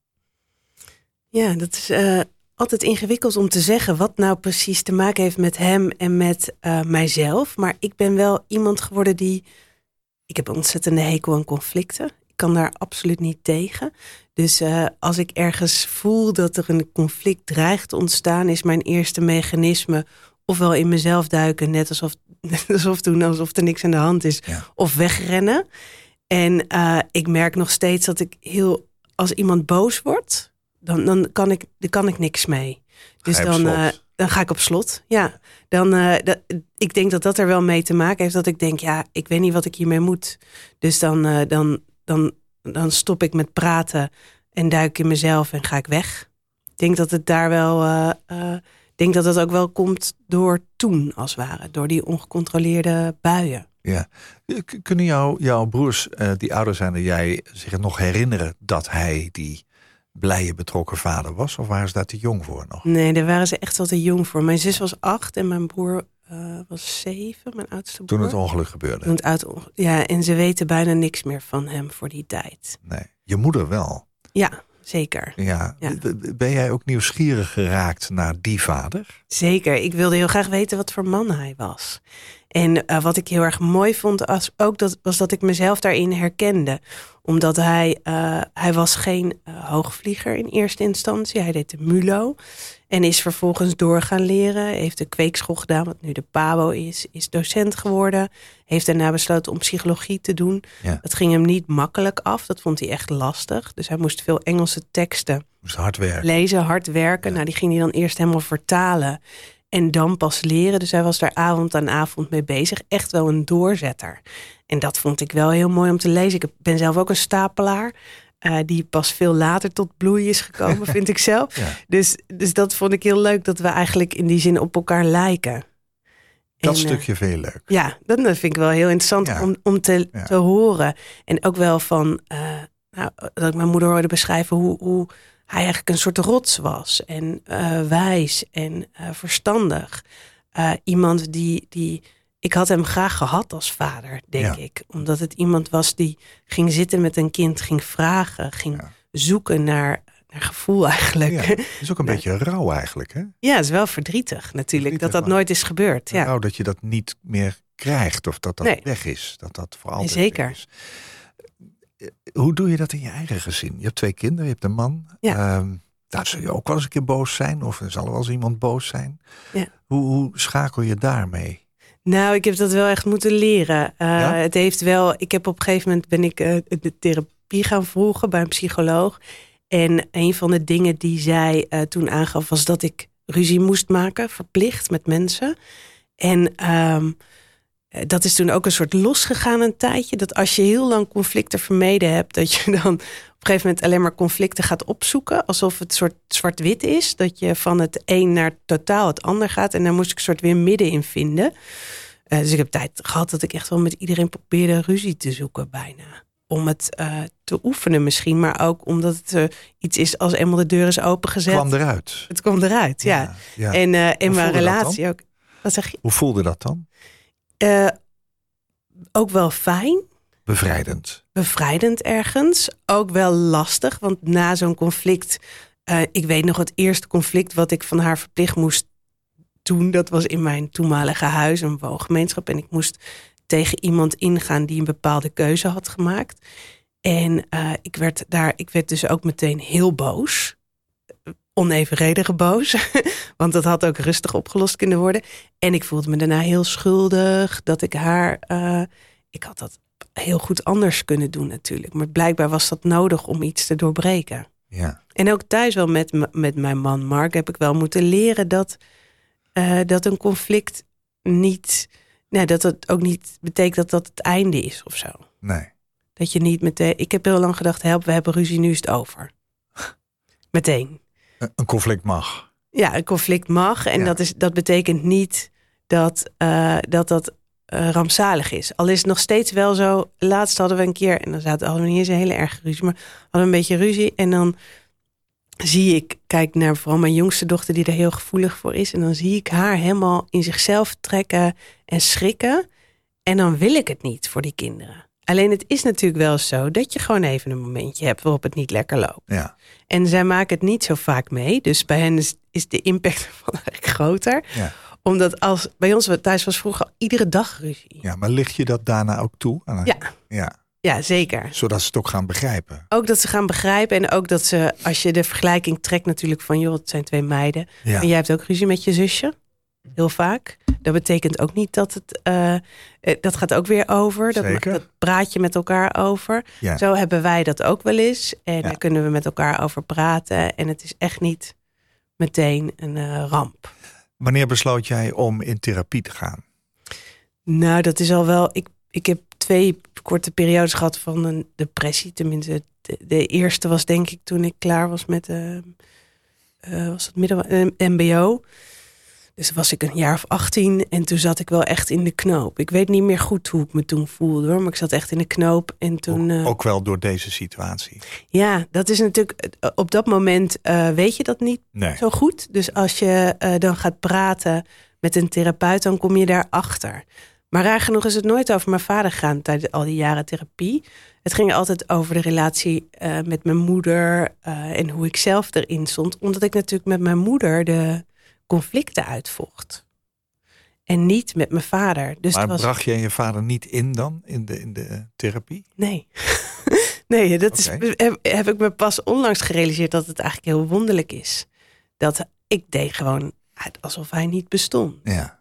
Ja, dat is uh, altijd ingewikkeld om te zeggen wat nou precies te maken heeft met hem en met uh, mijzelf. Maar ik ben wel iemand geworden die... Ik heb een ontzettende hekel aan conflicten. Ik kan daar absoluut niet tegen. Dus uh, als ik ergens voel dat er een conflict dreigt te ontstaan, is mijn eerste mechanisme ofwel in mezelf duiken, net alsof, net alsof doen alsof er niks aan de hand is, Ja. of wegrennen. En uh, ik merk nog steeds dat ik heel, als iemand boos wordt, dan, dan, kan, ik, dan kan ik niks mee. Dus Ga je op dan, slot? uh, dan ga ik op slot. Ja, dan, uh, dat, ik denk dat dat er wel mee te maken heeft dat ik denk, ja, ik weet niet wat ik hiermee moet. Dus dan, uh, dan, dan, dan stop ik met praten en duik in mezelf en ga ik weg. Ik denk dat het daar wel, uh, uh, ik denk dat het ook wel komt door toen, als het ware, door die ongecontroleerde buien. Ja. K- Kunnen jou, jouw broers, uh, die ouder zijn dan jij, zich nog herinneren dat hij die blije, betrokken vader was? Of waren ze daar te jong voor nog? Nee, daar waren ze echt wel te jong voor. Mijn zus was acht en mijn broer uh, was zeven, mijn oudste broer. Toen het ongeluk gebeurde? Toen het uit, ja, en ze weten bijna niks meer van hem voor die tijd. Nee. Je moeder wel? Ja, zeker. Ja. Ja. Ben jij ook nieuwsgierig geraakt naar die vader? Zeker. Ik wilde heel graag weten wat voor man hij was. En uh, wat ik heel erg mooi vond, als, ook dat, was dat ik mezelf daarin herkende. Omdat hij, uh, hij was geen uh, hoogvlieger in eerste instantie. Hij deed de MULO. En is vervolgens door gaan leren. Heeft de kweekschool gedaan, wat nu de PABO is. Is docent geworden. Heeft daarna besloten om psychologie te doen. Ja. Dat ging hem niet makkelijk af. Dat vond hij echt lastig. Dus hij moest veel Engelse teksten Moest hard werken. lezen, hard werken. Ja. Nou, die ging hij dan eerst helemaal vertalen. En dan pas leren. Dus hij was daar avond aan avond mee bezig. Echt wel een doorzetter. En dat vond ik wel heel mooi om te lezen. Ik ben zelf ook een stapelaar. Uh, die pas veel later tot bloei is gekomen, vind ik zelf. Ja. Dus, dus dat vond ik heel leuk. Dat we eigenlijk in die zin op elkaar lijken. Dat En, stukje veel leuk. Ja, dat vind ik wel heel interessant Ja. om, om te, Ja. te horen. En ook wel van, uh, nou, dat ik mijn moeder hoorde beschrijven hoe, hoe hij eigenlijk een soort rots was. En uh, wijs en uh, verstandig. Uh, iemand die, die, ik had hem graag gehad als vader, denk Ja. ik. Omdat het iemand was die ging zitten met een kind, ging vragen, ging Ja. zoeken naar, naar gevoel eigenlijk. Ja. Ja. Het is ook een Nee. beetje rauw eigenlijk, hè? Het is wel verdrietig natuurlijk, Verdrietig, dat dat maar- nooit is gebeurd. Ja. Rauw dat je dat niet meer krijgt. Of dat dat Nee. weg is. Dat dat voor altijd Zeker. weg is. Hoe doe je dat in je eigen gezin? Je hebt twee kinderen, je hebt een man. Ja. Um, daar zul je ook wel eens een keer boos zijn. Of er zal wel eens iemand boos zijn. Ja. Hoe, hoe schakel je daarmee? Nou, ik heb dat wel echt moeten leren. Uh, Ja? Het heeft wel. Ik heb op een gegeven moment ben ik uh, de therapie gaan volgen bij een psycholoog. En een van de dingen die zij uh, toen aangaf was dat ik ruzie moest maken, verplicht met mensen. En um, dat is toen ook een soort losgegaan een tijdje. Dat als je heel lang conflicten vermeden hebt, dat je dan op een gegeven moment alleen maar conflicten gaat opzoeken. Alsof het soort zwart-wit is. Dat je van het een naar totaal het ander gaat. En daar moest ik een soort weer middenin vinden. Uh, dus ik heb tijd gehad dat ik echt wel met iedereen probeerde ruzie te zoeken bijna. Om het uh, te oefenen misschien. Maar ook omdat het uh, iets is als eenmaal de deur is opengezet. Kwam eruit. Het komt eruit, ja. Ja, ja. En uh, in Hoe mijn voelde dat relatie ook. Wat zeg je? Hoe voelde dat dan? Uh, ook wel fijn. Bevrijdend. Bevrijdend ergens. Ook wel lastig, want na zo'n conflict... Uh, ik weet nog het eerste conflict wat ik van haar verplicht moest doen. Dat was in mijn toenmalige huis, een woongemeenschap. En ik moest tegen iemand ingaan die een bepaalde keuze had gemaakt. En uh, ik, werd daar, ik werd dus ook meteen heel boos. Onevenredige boos. Want dat had ook rustig opgelost kunnen worden. En ik voelde me daarna heel schuldig dat ik haar... Uh, ik had dat heel goed anders kunnen doen natuurlijk. Maar blijkbaar was dat nodig om iets te doorbreken. Ja. En ook thuis wel met, m- met mijn man Mark heb ik wel moeten leren dat, uh, dat een conflict niet... Nou, dat het ook niet betekent dat dat het einde is of zo. Nee. Dat je niet meteen... Ik heb heel lang gedacht, help, we hebben ruzie, nu is het over. Meteen. Een conflict mag. Ja, een conflict mag. En Ja. dat, is, dat betekent niet dat uh, dat, dat uh, rampzalig is. Al is het nog steeds wel zo. Laatst hadden we een keer, en dan zaten hadden we niet eens een hele erge ruzie, maar hadden we een beetje ruzie. En dan zie ik, kijk naar vooral mijn jongste dochter die er heel gevoelig voor is. En dan zie ik haar helemaal in zichzelf trekken en schrikken. En dan wil ik het niet voor die kinderen. Alleen het is natuurlijk wel zo dat je gewoon even een momentje hebt waarop het niet lekker loopt. Ja. En zij maken het niet zo vaak mee. Dus bij hen is, is de impact ervan eigenlijk groter. Ja. Omdat als bij ons thuis was vroeger al iedere dag ruzie. Ja, maar ligt je dat daarna ook toe? Aan- Ja. Ja. Ja, zeker. Zodat ze het ook gaan begrijpen. Ook dat ze gaan begrijpen. En ook dat ze, als je de vergelijking trekt natuurlijk van... joh, het zijn twee meiden. Ja. En jij hebt ook ruzie met je zusje. Heel vaak. Dat betekent ook niet dat het... Uh, dat gaat ook weer over. Dat, Zeker. dat praat je met elkaar over. Ja. Zo hebben wij dat ook wel eens. En Ja. daar kunnen we met elkaar over praten. En het is echt niet meteen een uh, ramp. Wanneer besloot jij om in therapie te gaan? Nou, dat is al wel... Ik, ik heb twee korte periodes gehad van een depressie. Tenminste, de, de eerste was denk ik toen ik klaar was met... Uh, uh, was het midden, uh, M B O. Dus was ik een jaar of achttien en toen zat ik wel echt in de knoop. Ik weet niet meer goed hoe ik me toen voelde hoor, maar ik zat echt in de knoop. En toen, uh, ook, ook wel door deze situatie. Ja, dat is natuurlijk... Op dat moment uh, weet je dat niet Nee. zo goed. Dus als je uh, dan gaat praten met een therapeut, dan kom je daarachter. Maar raar genoeg is het nooit over mijn vader gegaan tijdens al die jaren therapie. Het ging altijd over de relatie uh, met mijn moeder uh, en hoe ik zelf erin stond. Omdat ik natuurlijk met mijn moeder de conflicten uitvocht. En niet met mijn vader. Dus Maar het was... bracht jij je vader niet in dan, in de, in de therapie? Nee. nee, dat is, Oké. heb, heb ik me pas onlangs gerealiseerd dat het eigenlijk heel wonderlijk is. Dat ik deed gewoon alsof hij niet bestond. Ja.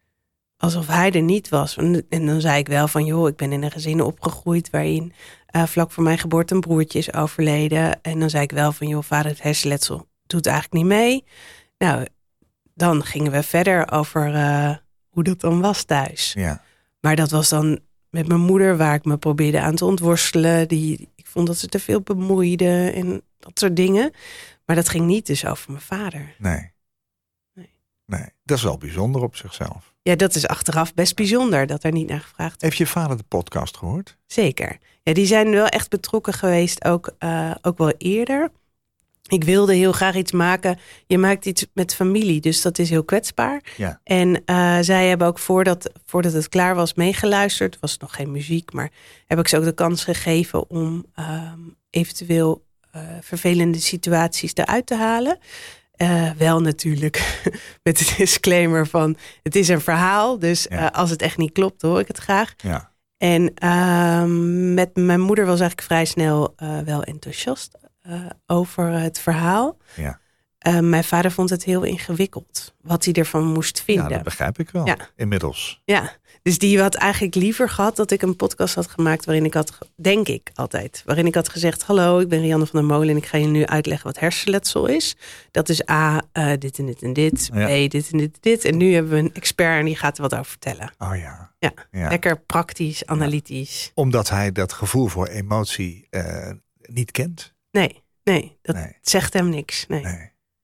Alsof hij er niet was. En, en dan zei ik wel van, joh, ik ben in een gezin opgegroeid waarin uh, vlak voor mijn geboorte een broertje is overleden. En dan zei ik wel van, joh, vader, het hersenletsel doet eigenlijk niet mee. Nou, dan gingen we verder over uh, hoe dat dan was thuis. Ja. Maar dat was dan met mijn moeder, waar ik me probeerde aan te ontworstelen. Die, ik vond dat ze te veel bemoeide en dat soort dingen. Maar dat ging niet dus over mijn vader. Nee. Nee. Nee. Dat is wel bijzonder op zichzelf. Ja, dat is achteraf best bijzonder dat er niet naar gevraagd is. Heeft je vader de podcast gehoord? Zeker. Ja, die zijn wel echt betrokken geweest, ook, uh, ook wel eerder. Ik wilde heel graag iets maken. Je maakt iets met familie, dus dat is heel kwetsbaar. Ja. En uh, zij hebben ook voordat, voordat het klaar was meegeluisterd. Was nog geen muziek, maar heb ik ze ook de kans gegeven om uh, eventueel uh, vervelende situaties eruit te halen. Uh, wel natuurlijk met de disclaimer van het is een verhaal. Dus Ja. uh, als het echt niet klopt, hoor ik het graag. Ja. En uh, met mijn moeder was eigenlijk vrij snel uh, wel enthousiast uh, over het verhaal. Ja. Uh, mijn vader vond het heel ingewikkeld. Wat hij ervan moest Ja, vinden. dat begrijp ik wel. Ja. Inmiddels. Ja, dus die had eigenlijk liever gehad dat ik een podcast had gemaakt waarin ik had, denk ik altijd, waarin ik had gezegd, hallo, ik ben Rianne van der Molen en ik ga je nu uitleggen wat hersenletsel is. Dat is A, uh, dit en dit en dit, Ja. B, dit en dit en dit. En nu hebben we een expert en die gaat er wat over vertellen. Oh ja. Ja, Ja. lekker praktisch, analytisch. Omdat hij dat gevoel voor emotie uh, niet kent. Nee, nee, dat Nee. zegt hem niks. Nee. Nee.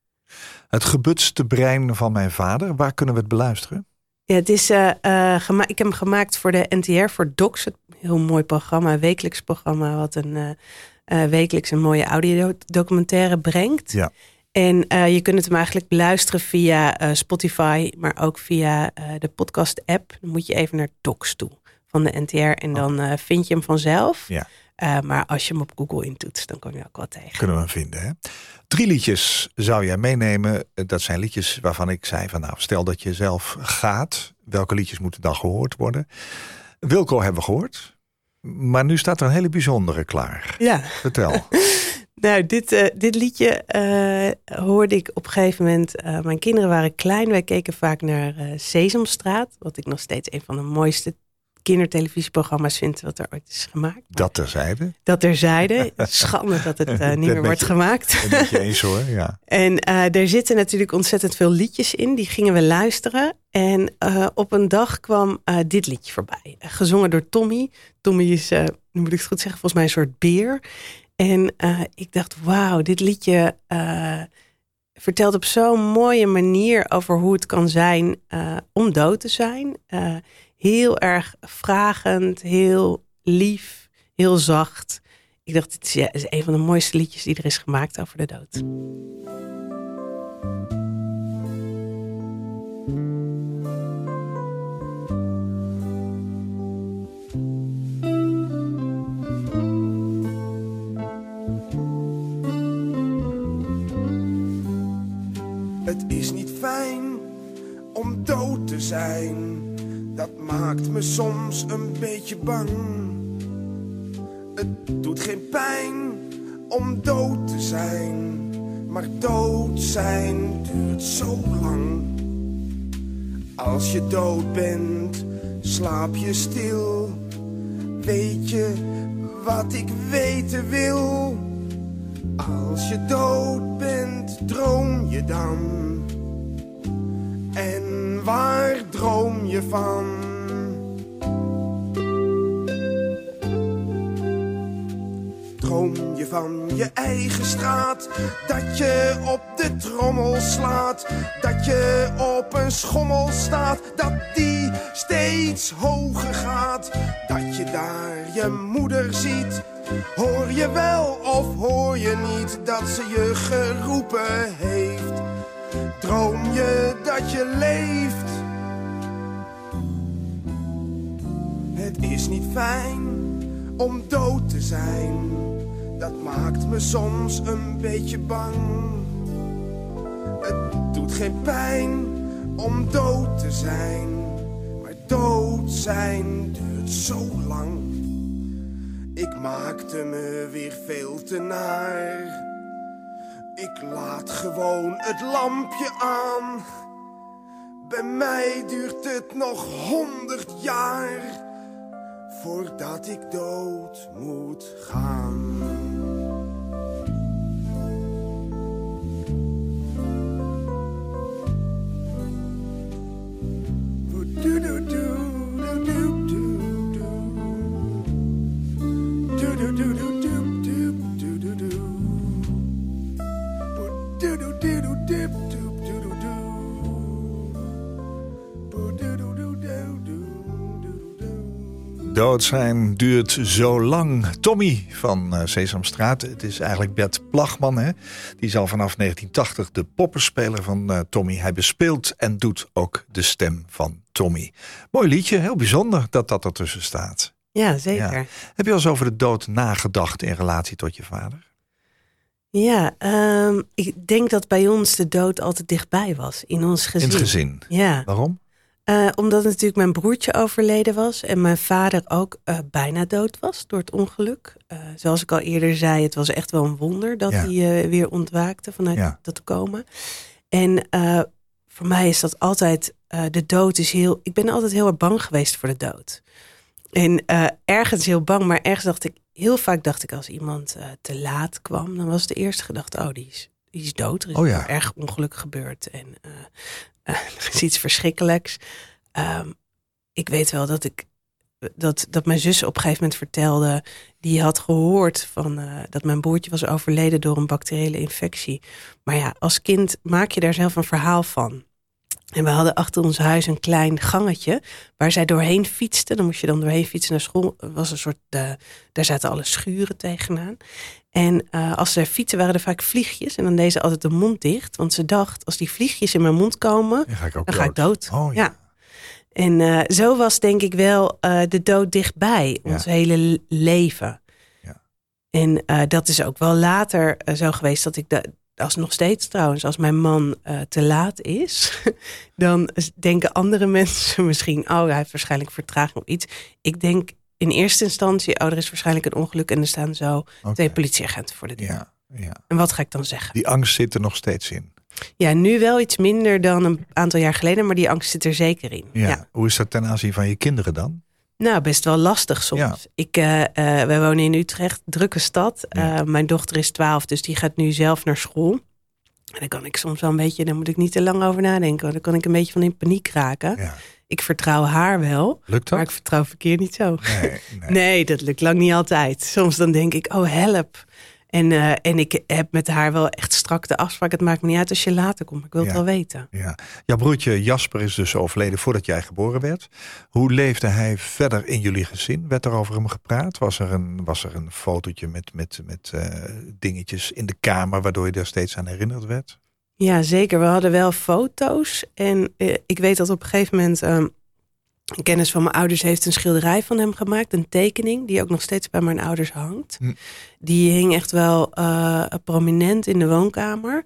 Het gebutste brein van mijn vader. Waar kunnen we het beluisteren? Ja, het is, uh, uh, gema- ik heb hem gemaakt voor de N T R, voor Docs. Een heel mooi programma, een wekelijks programma, wat een uh, uh, wekelijks een mooie audiodocumentaire brengt. Ja. En uh, je kunt het hem eigenlijk beluisteren via uh, Spotify, maar ook via uh, de podcast app. Dan moet je even naar Docs toe van de N T R en dan uh, vind je hem vanzelf. Ja. Uh, maar als je hem op Google intoetst, dan kom je ook wel tegen. Kunnen we hem vinden, hè? Drie liedjes zou jij meenemen. Dat zijn liedjes waarvan ik zei van nou, stel dat je zelf gaat. Welke liedjes moeten dan gehoord worden? Wilco hebben we gehoord. Maar nu staat er een hele bijzondere klaar. Ja. Vertel. Nou, dit, uh, dit liedje uh, hoorde ik op een gegeven moment. Uh, mijn kinderen waren klein. Wij keken vaak naar uh, Sesamstraat. Wat ik nog steeds een van de mooiste kindertelevisieprogramma's vindt wat er ooit is gemaakt. Dat terzijde. Dat terzijde. Schande dat het uh, niet meer wordt je, gemaakt. Dat je eens hoor, ja. En uh, er zitten natuurlijk ontzettend veel liedjes in. Die gingen we luisteren. En uh, op een dag kwam uh, dit liedje voorbij. Uh, gezongen door Tommy. Tommy is, uh, nu moet ik het goed zeggen, volgens mij een soort beer. En uh, ik dacht, wauw, dit liedje uh, vertelt op zo'n mooie manier over hoe het kan zijn uh, om dood te zijn. Uh, heel erg vragend, heel lief, heel zacht. Ik dacht, dit is, ja, is een van de mooiste liedjes die er is gemaakt over de dood. Het is niet fijn om dood te zijn. Dat maakt me soms een beetje bang. Het doet geen pijn om dood te zijn. Maar dood zijn duurt zo lang. Als je dood bent, slaap je stil. Weet je wat ik weten wil? Als je dood bent, droom je dan? En waar droom je van? Droom je van je eigen straat, dat je op de trommel slaat, dat je op een schommel staat, dat die steeds hoger gaat, dat je daar je moeder ziet. Hoor je wel of hoor je niet dat ze je geroepen heeft? Droom je dat je leeft? Het is niet fijn om dood te zijn. Dat maakt me soms een beetje bang. Het doet geen pijn om dood te zijn. Maar dood zijn duurt zo lang. Ik maakte me weer veel te naar. Ik laat gewoon het lampje aan. Bij mij duurt het nog honderd jaar voordat ik dood moet gaan. Dood zijn duurt zo lang. Tommy van uh, Sesamstraat. Het is eigenlijk Bert Plagman. Hè? Die is al vanaf negentien tachtig de poppenspeler van uh, Tommy. Hij bespeelt en doet ook de stem van Tommy. Mooi liedje, heel bijzonder dat dat ertussen staat. Ja, zeker. Ja. Heb je al eens over de dood nagedacht in relatie tot je vader? Ja, um, ik denk dat bij ons de dood altijd dichtbij was. In ons gezin. In het gezin? Ja. Waarom? Uh, omdat natuurlijk mijn broertje overleden was. En mijn vader ook uh, bijna dood was door het ongeluk. Uh, zoals ik al eerder zei, het was echt wel een wonder dat ja. hij uh, weer ontwaakte vanuit ja. dat coma. En uh, voor mij is dat altijd, uh, de dood is heel... Ik ben altijd heel erg bang geweest voor de dood. En uh, ergens heel bang, maar ergens dacht ik... Heel vaak dacht ik als iemand uh, te laat kwam, dan was de eerste gedachte, oh, die is, die is dood. Er is oh, ja. een erg ongeluk gebeurd en uh, uh, er is iets verschrikkelijks. Um, ik weet wel dat ik dat, dat mijn zus op een gegeven moment vertelde, die had gehoord van uh, dat mijn broertje was overleden door een bacteriële infectie. Maar ja, als kind maak je daar zelf een verhaal van. En we hadden achter ons huis een klein gangetje waar zij doorheen fietste. Dan moest je dan doorheen fietsen naar school. Er was een soort, uh, daar zaten alle schuren tegenaan. En uh, als ze fietsen waren er vaak vliegjes. En dan deed ze altijd de mond dicht. Want ze dacht, als die vliegjes in mijn mond komen, ja, ga ik ook dan dood. ga ik dood. Oh, ja. ja. En uh, zo was denk ik wel uh, de dood dichtbij. Ons ja. hele leven. Ja. En uh, dat is ook wel later uh, zo geweest dat ik... De, Als nog steeds trouwens, als mijn man uh, te laat is, dan denken andere mensen misschien, oh, hij heeft waarschijnlijk vertraging of iets. Ik denk in eerste instantie, oh, er is waarschijnlijk een ongeluk en er staan zo okay. twee politieagenten voor de deur. Ja, ja. En wat ga ik dan zeggen? Die angst zit er nog steeds in. Ja, nu wel iets minder dan een aantal jaar geleden, maar die angst zit er zeker in. Ja. Ja. Hoe is dat ten aanzien van je kinderen dan? Nou, best wel lastig soms. Ja. Ik, uh, uh, wij wonen in Utrecht, drukke stad. Uh, Ja. Mijn dochter is twaalf, dus die gaat nu zelf naar school. En dan kan ik soms wel een beetje, daar moet ik niet te lang over nadenken. Want dan kan ik een beetje van in paniek raken. Ja. Ik vertrouw haar wel, Lukt dat? maar ik vertrouw verkeer niet zo. Nee, nee. Nee, dat lukt lang niet altijd. Soms dan denk ik, oh help. En, uh, en ik heb met haar wel echt strak de afspraak. Het maakt me niet uit als je later komt. Ik wil Ja. het wel weten. Ja. Jouw broertje Jasper is dus overleden voordat jij geboren werd. Hoe leefde hij verder in jullie gezin? Werd er over hem gepraat? Was er een, was er een fotootje met, met, met uh, dingetjes in de kamer waardoor je er steeds aan herinnerd werd? Ja, zeker. We hadden wel foto's. En uh, ik weet dat op een gegeven moment um, een kennis van mijn ouders heeft een schilderij van hem gemaakt. Een tekening die ook nog steeds bij mijn ouders hangt. Hm. Die hing echt wel uh, prominent in de woonkamer.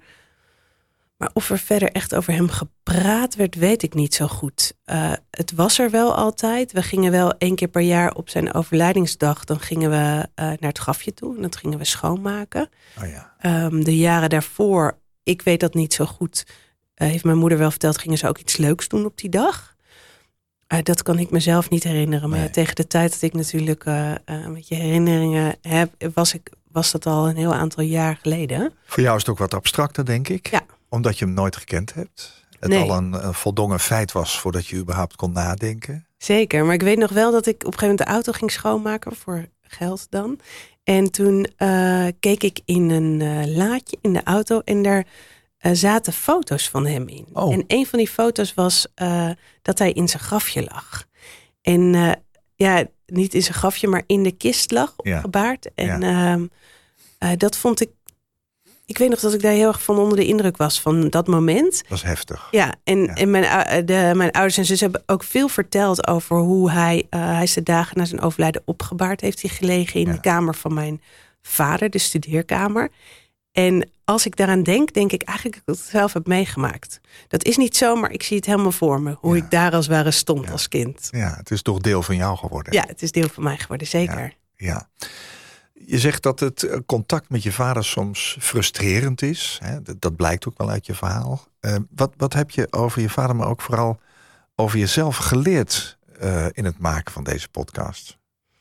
Maar of er verder echt over hem gepraat werd, weet ik niet zo goed. Uh, het was er wel altijd. We gingen wel één keer per jaar op zijn overlijdingsdag. Dan gingen we uh, naar het grafje toe. En dat gingen we schoonmaken. Oh ja. Um, de jaren daarvoor, ik weet dat niet zo goed. Uh, heeft mijn moeder wel verteld, gingen ze ook iets leuks doen op die dag. Uh, dat kan ik mezelf niet herinneren. Maar Nee. ja, tegen de tijd dat ik natuurlijk uh, uh, een beetje herinneringen heb, was, ik, was dat al een heel aantal jaar geleden. Voor jou is het ook wat abstracter, denk ik. Ja. Omdat je hem nooit gekend hebt. Het Nee. al een, een voldongen feit was voordat je überhaupt kon nadenken. Zeker, maar ik weet nog wel dat ik op een gegeven moment de auto ging schoonmaken, voor geld dan. En toen uh, keek ik in een uh, laadje in de auto en daar uh, zaten foto's van hem in. Oh. En een van die foto's was uh, dat hij in zijn grafje lag. En uh, ja, niet in zijn grafje, maar in de kist lag, Ja. opgebaard. En uh, uh, dat vond ik, ik weet nog dat ik daar heel erg van onder de indruk was van dat moment. Dat was heftig. Ja, en, Ja. en mijn, ou- de, mijn ouders en zus hebben ook veel verteld over hoe hij, uh, hij is de dagen na zijn overlijden opgebaard heeft hij gelegen in Ja. de kamer van mijn vader, de studeerkamer. En als ik daaraan denk, denk ik eigenlijk dat ik het zelf heb meegemaakt. Dat is niet zo, maar ik zie het helemaal voor me. Hoe Ja. ik daar als het ware stond Ja. als kind. Ja, het is toch deel van jou geworden. Ja, het is deel van mij geworden, zeker. Ja. Je zegt dat het eh, contact met je vader soms frustrerend is. Hè? Dat, dat blijkt ook wel uit je verhaal. Uh, wat, wat heb je over je vader, maar ook vooral over jezelf geleerd uh, in het maken van deze podcast?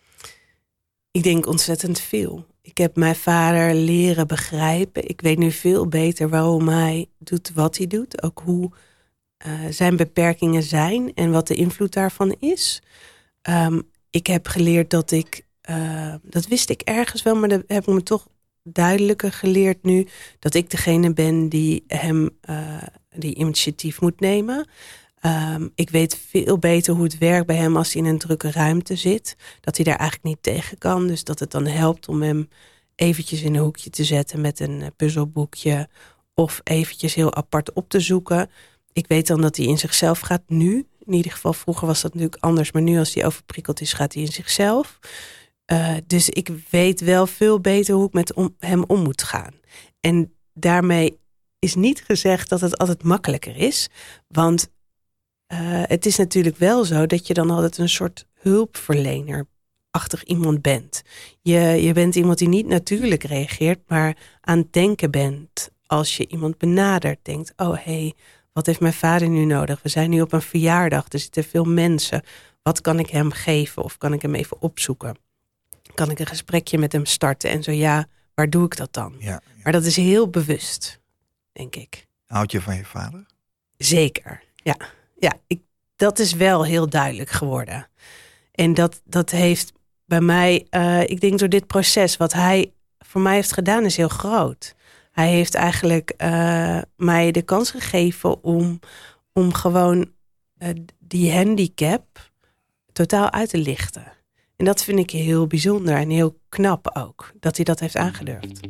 Ik denk ontzettend veel. Ik heb mijn vader leren begrijpen. Ik weet nu veel beter waarom hij doet wat hij doet. Ook hoe uh, zijn beperkingen zijn en wat de invloed daarvan is. Um, ik heb geleerd dat ik, uh, dat wist ik ergens wel, maar dat heb ik me toch duidelijker geleerd nu, dat ik degene ben die hem uh, die initiatief moet nemen. Um, ik weet veel beter hoe het werkt bij hem als hij in een drukke ruimte zit. Dat hij daar eigenlijk niet tegen kan. Dus dat het dan helpt om hem eventjes in een hoekje te zetten met een puzzelboekje. Of eventjes heel apart op te zoeken. Ik weet dan dat hij in zichzelf gaat nu. In ieder geval, vroeger was dat natuurlijk anders. Maar nu als hij overprikkeld is, gaat hij in zichzelf. Uh, dus ik weet wel veel beter hoe ik met om, hem om moet gaan. En daarmee is niet gezegd dat het altijd makkelijker is. Want Uh, het is natuurlijk wel zo dat je dan altijd een soort hulpverlener-achtig iemand bent. Je, je bent iemand die niet natuurlijk reageert, maar aan het denken bent. Als je iemand benadert, denkt, oh hé, hey, wat heeft mijn vader nu nodig? We zijn nu op een verjaardag, er zitten veel mensen. Wat kan ik hem geven of kan ik hem even opzoeken? Kan ik een gesprekje met hem starten? En zo ja, waar doe ik dat dan? Ja, ja. Maar dat is heel bewust, denk ik. Houd je van je vader? Zeker, ja. Ja, ik, dat is wel heel duidelijk geworden. En dat, dat heeft bij mij, uh, ik denk door dit proces, wat hij voor mij heeft gedaan, is heel groot. Hij heeft eigenlijk uh, mij de kans gegeven om, om gewoon uh, die handicap totaal uit te lichten. En dat vind ik heel bijzonder en heel knap ook, dat hij dat heeft aangedurfd.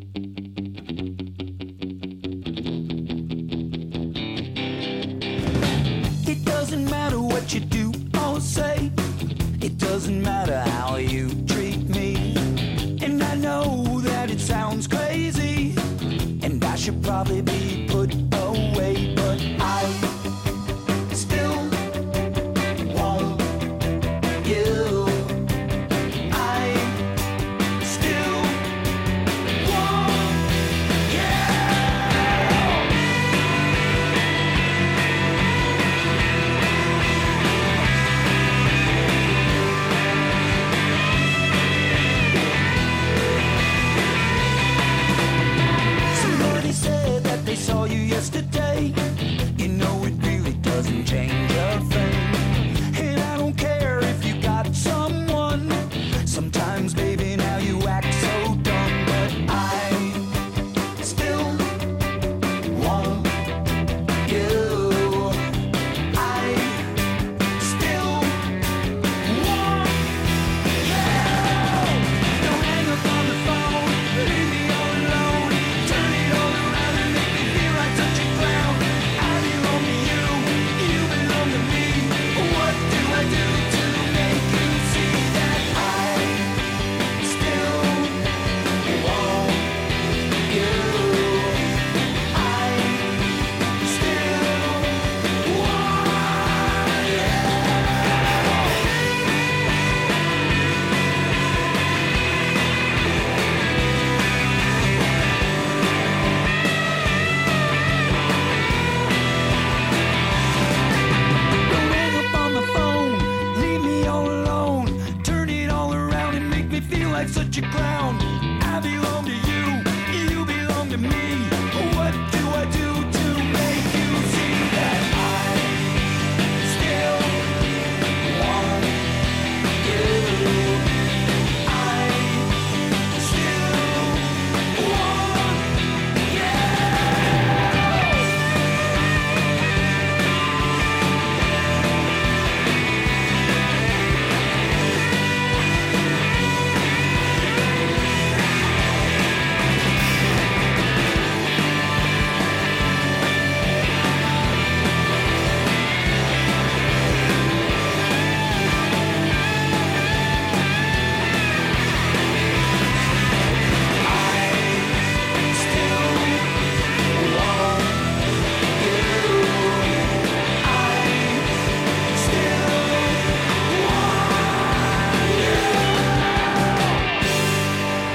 It doesn't matter what you do or say. It doesn't matter how you treat me. And I know that it sounds crazy. And I should probably be put away. But I still want you. I still want you.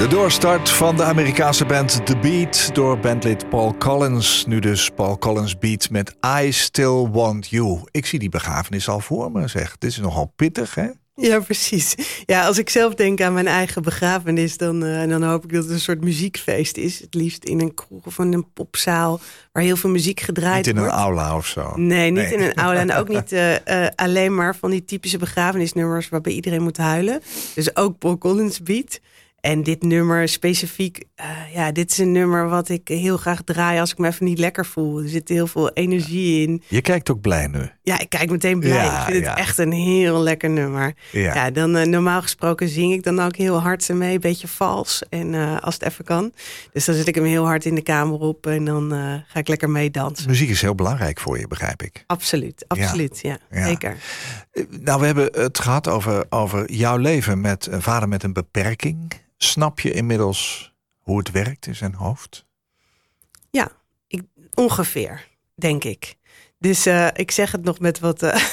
De doorstart van de Amerikaanse band The Beat door bandlid Paul Collins. Nu dus Paul Collins Beat met I Still Want You. Ik zie die begrafenis al voor me, zeg. Dit is nogal pittig, hè? Ja, precies. Ja, als ik zelf denk aan mijn eigen begrafenis, dan, uh, dan hoop ik dat het een soort muziekfeest is. Het liefst in een kroeg of in een popzaal waar heel veel muziek gedraaid Niet in wordt. een aula of zo. Nee, niet Nee. in een aula. En ook niet uh, uh, alleen maar van die typische begrafenisnummers waarbij iedereen moet huilen. Dus ook Paul Collins Beat. En dit nummer specifiek, uh, ja, dit is een nummer wat ik heel graag draai als ik me even niet lekker voel. Er zit heel veel energie in. Je kijkt ook blij nu. Ja, ik kijk meteen blij. Ja, ik vind ja. het echt een heel lekker nummer. Ja. Ja, dan uh, normaal gesproken zing ik dan ook heel hard mee, een beetje vals. En uh, als het even kan. Dus dan zet ik hem heel hard in de kamer op en dan uh, ga ik lekker mee dansen. Muziek is heel belangrijk voor je, begrijp ik. Absoluut, absoluut. Ja, Ja. zeker. Nou, we hebben het gehad over, over jouw leven met een vader met een beperking. Snap je inmiddels hoe het werkt in zijn hoofd? Ja, ik, ongeveer, denk ik. Dus uh, ik zeg het nog met wat, uh,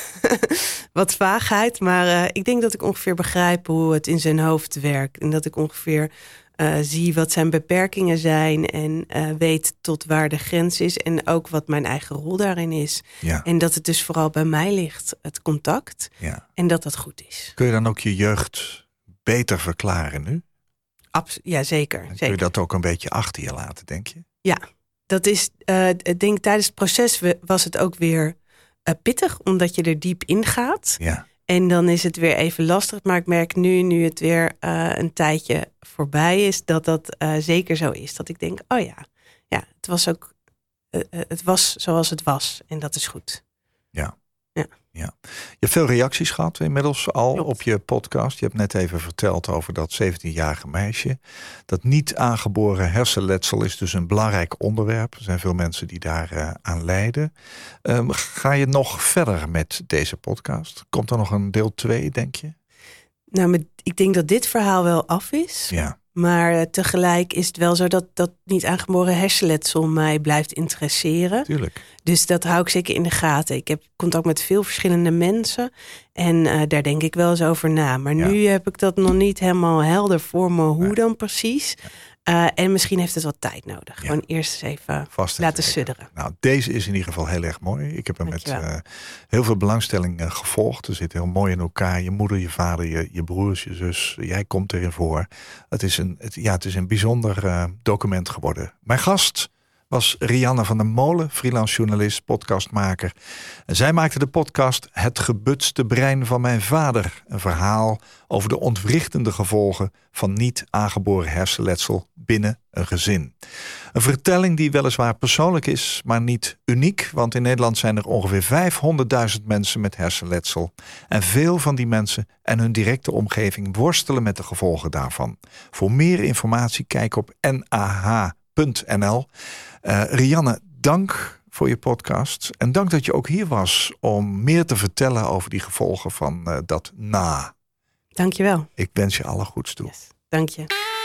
wat vaagheid. Maar uh, ik denk dat ik ongeveer begrijp hoe het in zijn hoofd werkt. En dat ik ongeveer uh, zie wat zijn beperkingen zijn. En uh, weet tot waar de grens is. En ook wat mijn eigen rol daarin is. Ja. En dat het dus vooral bij mij ligt, het contact. Ja. En dat dat goed is. Kun je dan ook je jeugd beter verklaren nu? Abs- ja, zeker. En kun zeker. je dat ook een beetje achter je laten, denk je? Ja, dat is, uh, ik denk tijdens het proces we- was het ook weer uh, pittig, omdat je er diep in gaat. Ja. En dan is het weer even lastig. Maar ik merk nu, nu het weer uh, een tijdje voorbij is, dat dat uh, zeker zo is. Dat ik denk, oh ja, ja het was ook, uh, uh, het was zoals het was. En dat is goed. Ja. Ja. Ja. Je hebt veel reacties gehad inmiddels al Klopt. op je podcast. Je hebt net even verteld over dat zeventienjarige meisje. Dat niet aangeboren hersenletsel is dus een belangrijk onderwerp. Er zijn veel mensen die daar uh, aan lijden. Um, ga je nog verder met deze podcast? Komt er nog een deel twee, denk je? Nou, met, ik denk dat dit verhaal wel af is. Ja. Maar uh, tegelijk is het wel zo dat dat niet aangeboren hersenletsel mij blijft interesseren. Tuurlijk. Dus dat hou ik zeker in de gaten. Ik heb contact met veel verschillende mensen. En uh, daar denk ik wel eens over na. Maar Ja. nu heb ik dat nog niet helemaal helder voor me hoe Nee. dan precies. Uh, en misschien heeft het wat tijd nodig. Ja. Gewoon eerst eens even Vast en laten zeker. sudderen. Nou, deze is in ieder geval heel erg mooi. Ik heb hem met Dankjewel. uh, heel veel belangstelling uh, gevolgd. Er zit heel mooi in elkaar. Je moeder, je vader, je, je broers, je zus. Jij komt erin voor. Het is een, het, ja, het is een bijzonder uh, document geworden. Mijn gast was Rianne van der Molen, freelance journalist, podcastmaker. En zij maakte de podcast Het gebutste brein van mijn vader. Een verhaal over de ontwrichtende gevolgen van niet aangeboren hersenletsel binnen een gezin. Een vertelling die weliswaar persoonlijk is, maar niet uniek. Want in Nederland zijn er ongeveer vijfhonderdduizend mensen met hersenletsel. En veel van die mensen en hun directe omgeving worstelen met de gevolgen daarvan. Voor meer informatie kijk op n a h punt n l. Uh, Rianne, dank voor je podcast. En dank dat je ook hier was om meer te vertellen over die gevolgen van uh, dat na. Dankjewel. Ik wens je alle goeds toe. Yes. Dank je.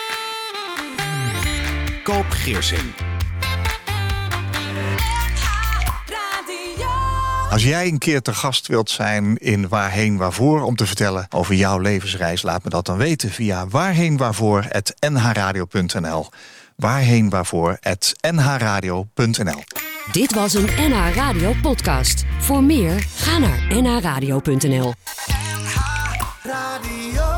Koop Geersing. Radio. Als jij een keer te gast wilt zijn in Waarheen Waarvoor om te vertellen over jouw levensreis, laat me dat dan weten via waarheenwaarvoor apenstaartje n h radio punt n l. waarheenwaarvoor apenstaartje n h radio punt n l. Dit was een N H Radio podcast. Voor meer, ga naar n h radio punt n l. Radio.